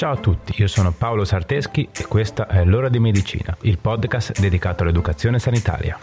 Ciao a tutti, io sono Paolo Sarteschi e questa è L'Ora di Medicina, il podcast dedicato all'educazione sanitaria.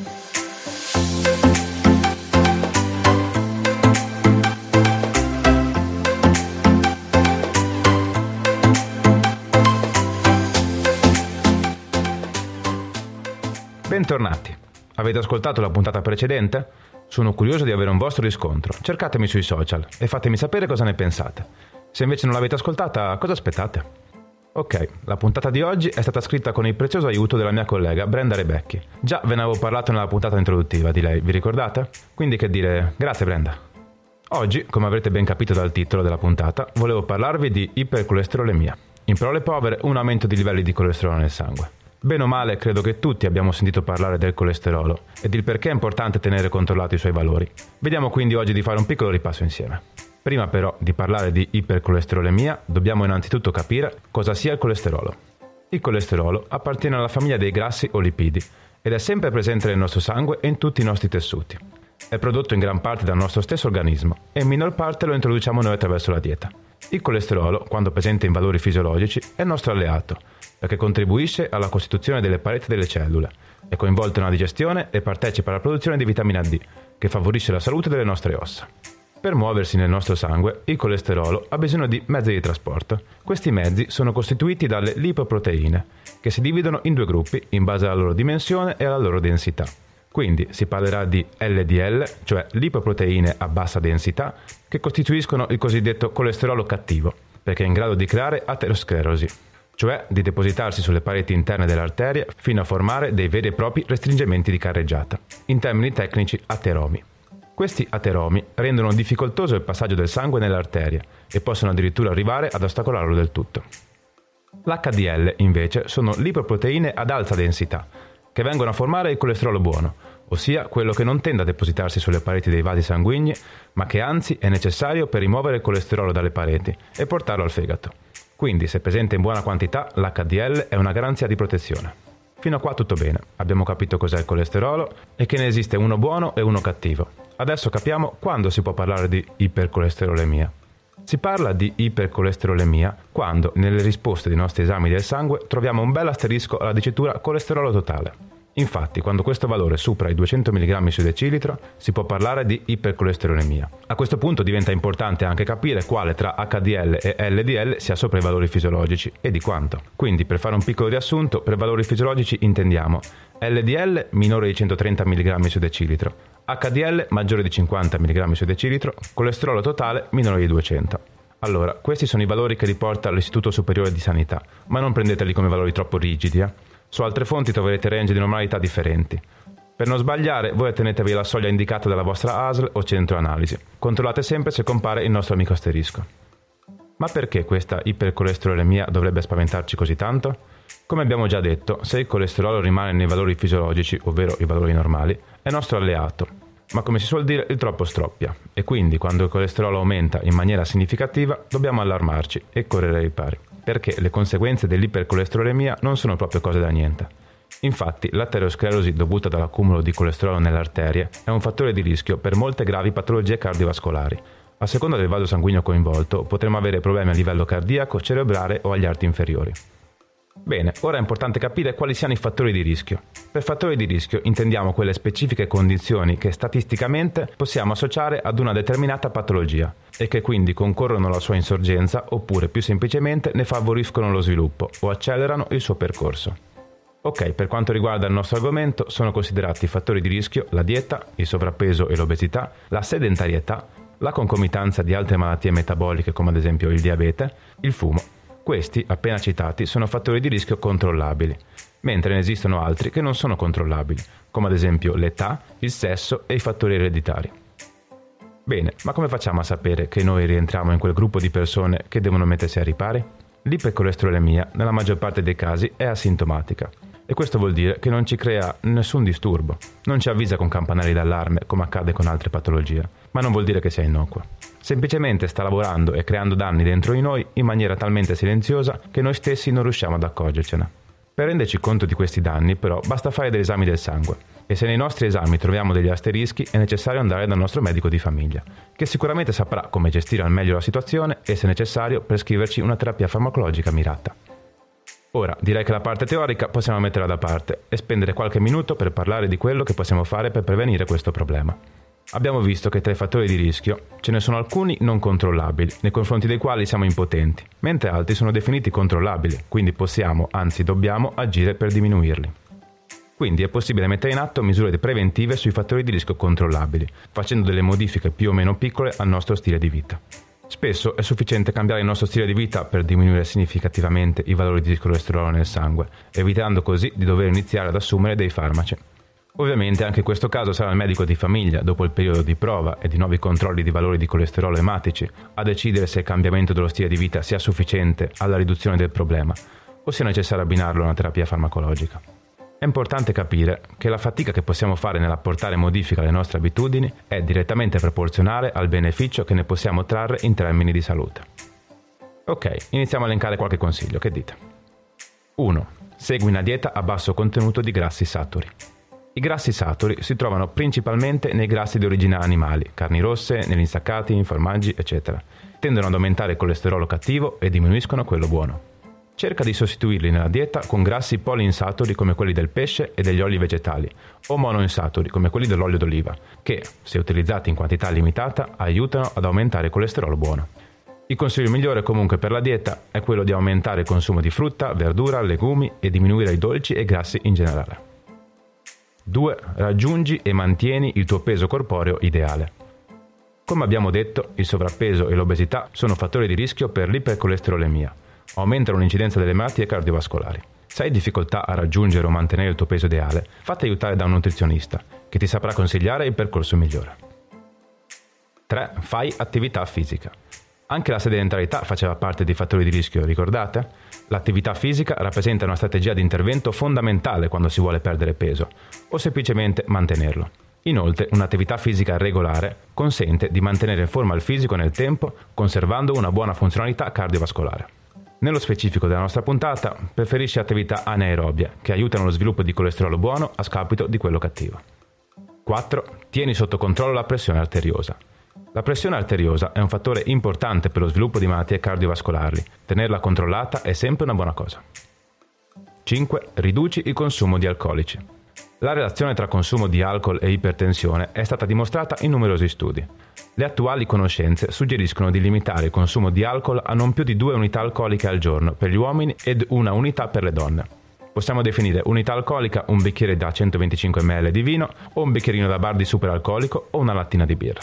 Bentornati. Avete ascoltato la puntata precedente? Sono curioso di avere un vostro riscontro. Cercatemi sui social e fatemi sapere cosa ne pensate. Se invece non l'avete ascoltata, cosa aspettate? Ok, la puntata di oggi è stata scritta con il prezioso aiuto della mia collega Brenda Rebecchi. Già ve ne avevo parlato nella puntata introduttiva di lei, vi ricordate? Quindi che dire, grazie Brenda. Oggi, come avrete ben capito dal titolo della puntata, volevo parlarvi di ipercolesterolemia. In parole povere, un aumento di livelli di colesterolo nel sangue. Bene o male, credo che tutti abbiamo sentito parlare del colesterolo ed il perché è importante tenere controllati i suoi valori. Vediamo quindi oggi di fare un piccolo ripasso insieme. Prima però di parlare di ipercolesterolemia, dobbiamo innanzitutto capire cosa sia il colesterolo. Il colesterolo appartiene alla famiglia dei grassi o lipidi ed è sempre presente nel nostro sangue e in tutti i nostri tessuti. È prodotto in gran parte dal nostro stesso organismo e in minor parte lo introduciamo noi attraverso la dieta. Il colesterolo, quando presente in valori fisiologici, è il nostro alleato, perché contribuisce alla costituzione delle pareti delle cellule, è coinvolto nella digestione e partecipa alla produzione di vitamina D, che favorisce la salute delle nostre ossa. Per muoversi nel nostro sangue, il colesterolo ha bisogno di mezzi di trasporto. Questi mezzi sono costituiti dalle lipoproteine, che si dividono in due gruppi in base alla loro dimensione e alla loro densità. Quindi si parlerà di LDL, cioè lipoproteine a bassa densità, che costituiscono il cosiddetto colesterolo cattivo, perché è in grado di creare aterosclerosi, cioè di depositarsi sulle pareti interne dell'arteria fino a formare dei veri e propri restringimenti di carreggiata, in termini tecnici ateromi. Questi ateromi rendono difficoltoso il passaggio del sangue nell'arteria e possono addirittura arrivare ad ostacolarlo del tutto. L'HDL, invece, sono lipoproteine ad alta densità, che vengono a formare il colesterolo buono, ossia quello che non tende a depositarsi sulle pareti dei vasi sanguigni, ma che anzi è necessario per rimuovere il colesterolo dalle pareti e portarlo al fegato. Quindi, se presente in buona quantità, l'HDL è una garanzia di protezione. Fino a qua tutto bene, abbiamo capito cos'è il colesterolo e che ne esiste uno buono e uno cattivo. Adesso capiamo quando si può parlare di ipercolesterolemia. Si parla di ipercolesterolemia quando, nelle risposte dei nostri esami del sangue, troviamo un bel asterisco alla dicitura colesterolo totale. Infatti, quando questo valore supera i 200 mg su decilitro, si può parlare di ipercolesterolemia. A questo punto diventa importante anche capire quale tra HDL e LDL sia sopra i valori fisiologici e di quanto. Quindi, per fare un piccolo riassunto, per valori fisiologici intendiamo LDL minore di 130 mg su decilitro, HDL maggiore di 50 mg su decilitro, colesterolo totale minore di 200. Allora, questi sono i valori che riporta l'Istituto Superiore di Sanità, ma non prendeteli come valori troppo rigidi. Su altre fonti troverete range di normalità differenti. Per non sbagliare, voi attenetevi alla soglia indicata dalla vostra ASL o centro analisi. Controllate sempre se compare il nostro amico asterisco. Ma perché questa ipercolesterolemia dovrebbe spaventarci così tanto? Come abbiamo già detto, se il colesterolo rimane nei valori fisiologici, ovvero i valori normali, è nostro alleato. Ma come si suol dire, il troppo stroppia. E quindi, quando il colesterolo aumenta in maniera significativa, dobbiamo allarmarci e correre ai ripari. Perché le conseguenze dell'ipercolesterolemia non sono proprio cose da niente. Infatti, l'aterosclerosi dovuta dall'accumulo di colesterolo nelle arterie è un fattore di rischio per molte gravi patologie cardiovascolari. A seconda del vaso sanguigno coinvolto, potremo avere problemi a livello cardiaco, cerebrale o agli arti inferiori. Bene, ora è importante capire quali siano i fattori di rischio. Per fattori di rischio intendiamo quelle specifiche condizioni che statisticamente possiamo associare ad una determinata patologia e che quindi concorrono alla sua insorgenza oppure più semplicemente ne favoriscono lo sviluppo o accelerano il suo percorso. Ok, per quanto riguarda il nostro argomento sono considerati fattori di rischio la dieta, il sovrappeso e l'obesità, la sedentarietà, la concomitanza di altre malattie metaboliche come ad esempio il diabete, il fumo. Questi, appena citati, sono fattori di rischio controllabili, mentre ne esistono altri che non sono controllabili, come ad esempio l'età, il sesso e i fattori ereditari. Bene, ma come facciamo a sapere che noi rientriamo in quel gruppo di persone che devono mettersi ai ripari? L'ipercolesterolemia, nella maggior parte dei casi, è asintomatica. E questo vuol dire che non ci crea nessun disturbo, non ci avvisa con campanelli d'allarme come accade con altre patologie, ma non vuol dire che sia innocua. Semplicemente sta lavorando e creando danni dentro di noi in maniera talmente silenziosa che noi stessi non riusciamo ad accorgercene. Per renderci conto di questi danni, però, basta fare degli esami del sangue. E se nei nostri esami troviamo degli asterischi, è necessario andare dal nostro medico di famiglia, che sicuramente saprà come gestire al meglio la situazione e, se necessario, prescriverci una terapia farmacologica mirata. Ora, direi che la parte teorica possiamo metterla da parte e spendere qualche minuto per parlare di quello che possiamo fare per prevenire questo problema. Abbiamo visto che tra i fattori di rischio ce ne sono alcuni non controllabili, nei confronti dei quali siamo impotenti, mentre altri sono definiti controllabili, quindi possiamo, anzi dobbiamo, agire per diminuirli. Quindi è possibile mettere in atto misure preventive sui fattori di rischio controllabili, facendo delle modifiche più o meno piccole al nostro stile di vita. Spesso è sufficiente cambiare il nostro stile di vita per diminuire significativamente i valori di colesterolo nel sangue, evitando così di dover iniziare ad assumere dei farmaci. Ovviamente anche in questo caso sarà il medico di famiglia, dopo il periodo di prova e di nuovi controlli di valori di colesterolo ematici, a decidere se il cambiamento dello stile di vita sia sufficiente alla riduzione del problema o sia necessario abbinarlo a una terapia farmacologica. È importante capire che la fatica che possiamo fare nell'apportare modifiche alle nostre abitudini è direttamente proporzionale al beneficio che ne possiamo trarre in termini di salute. Ok, iniziamo a elencare qualche consiglio, che dite? 1. Segui una dieta a basso contenuto di grassi saturi. I grassi saturi si trovano principalmente nei grassi di origine animali, carni rosse, negli insaccati, in formaggi, eccetera. Tendono ad aumentare il colesterolo cattivo e diminuiscono quello buono. Cerca di sostituirli nella dieta con grassi poliinsaturi come quelli del pesce e degli oli vegetali, o monoinsaturi come quelli dell'olio d'oliva, che, se utilizzati in quantità limitata, aiutano ad aumentare il colesterolo buono. Il consiglio migliore comunque per la dieta è quello di aumentare il consumo di frutta, verdura, legumi e diminuire i dolci e grassi in generale. 2. Raggiungi e mantieni il tuo peso corporeo ideale. Come abbiamo detto, il sovrappeso e l'obesità sono fattori di rischio per l'ipercolesterolemia. Aumentano l'incidenza delle malattie cardiovascolari. Se hai difficoltà a raggiungere o mantenere il tuo peso ideale, fatti aiutare da un nutrizionista, che ti saprà consigliare il percorso migliore. 3. Fai attività fisica. Anche la sedentarietà faceva parte dei fattori di rischio, ricordate? L'attività fisica rappresenta una strategia di intervento fondamentale quando si vuole perdere peso, o semplicemente mantenerlo. Inoltre, un'attività fisica regolare consente di mantenere in forma il fisico nel tempo, conservando una buona funzionalità cardiovascolare. Nello specifico della nostra puntata, preferisci attività anaerobie, che aiutano lo sviluppo di colesterolo buono a scapito di quello cattivo. 4. Tieni sotto controllo la pressione arteriosa. La pressione arteriosa è un fattore importante per lo sviluppo di malattie cardiovascolari. Tenerla controllata è sempre una buona cosa. 5. Riduci il consumo di alcolici. La relazione tra consumo di alcol e ipertensione è stata dimostrata in numerosi studi. Le attuali conoscenze suggeriscono di limitare il consumo di alcol a non più di 2 unità alcoliche al giorno per gli uomini ed 1 unità per le donne. Possiamo definire unità alcolica un bicchiere da 125 ml di vino o un bicchierino da bar di superalcolico o una lattina di birra.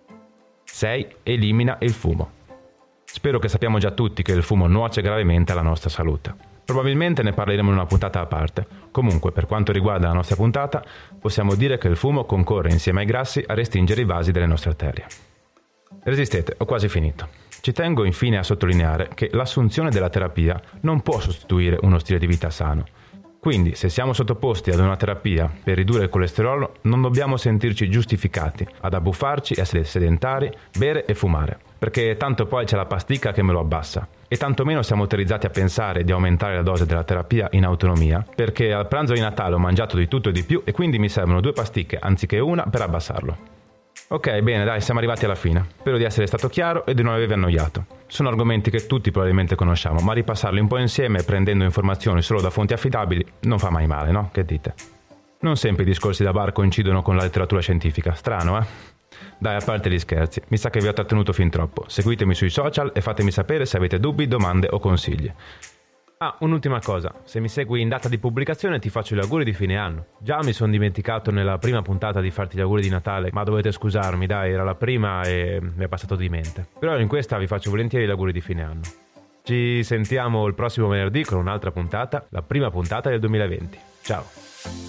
6. Elimina il fumo. Spero che sappiamo già tutti che il fumo nuoce gravemente alla nostra salute. Probabilmente ne parleremo in una puntata a parte. Comunque, per quanto riguarda la nostra puntata, possiamo dire che il fumo concorre insieme ai grassi a restringere i vasi delle nostre arterie. Resistete, ho quasi finito. Ci tengo infine a sottolineare che l'assunzione della terapia non può sostituire uno stile di vita sano. Quindi, se siamo sottoposti ad una terapia per ridurre il colesterolo, non dobbiamo sentirci giustificati ad abbuffarci, essere sedentari, bere e fumare, perché tanto poi c'è la pasticca che me lo abbassa. E tantomeno siamo autorizzati a pensare di aumentare la dose della terapia in autonomia, perché al pranzo di Natale ho mangiato di tutto e di più e quindi mi servono 2 pasticche anziché una per abbassarlo. Ok, bene, dai, siamo arrivati alla fine. Spero di essere stato chiaro e di non avervi annoiato. Sono argomenti che tutti probabilmente conosciamo, ma ripassarli un po' insieme prendendo informazioni solo da fonti affidabili non fa mai male, no? Che dite? Non sempre i discorsi da bar coincidono con la letteratura scientifica. Strano, eh? Dai, a parte gli scherzi, mi sa che vi ho trattenuto fin troppo. Seguitemi sui social e fatemi sapere se avete dubbi, domande o consigli. Ah, un'ultima cosa, se mi segui in data di pubblicazione ti faccio gli auguri di fine anno. Già mi sono dimenticato nella prima puntata di farti gli auguri di Natale, ma dovete scusarmi, dai, era la prima e mi è passato di mente. Però in questa vi faccio volentieri gli auguri di fine anno. Ci sentiamo il prossimo venerdì con un'altra puntata, la prima puntata del 2020. Ciao!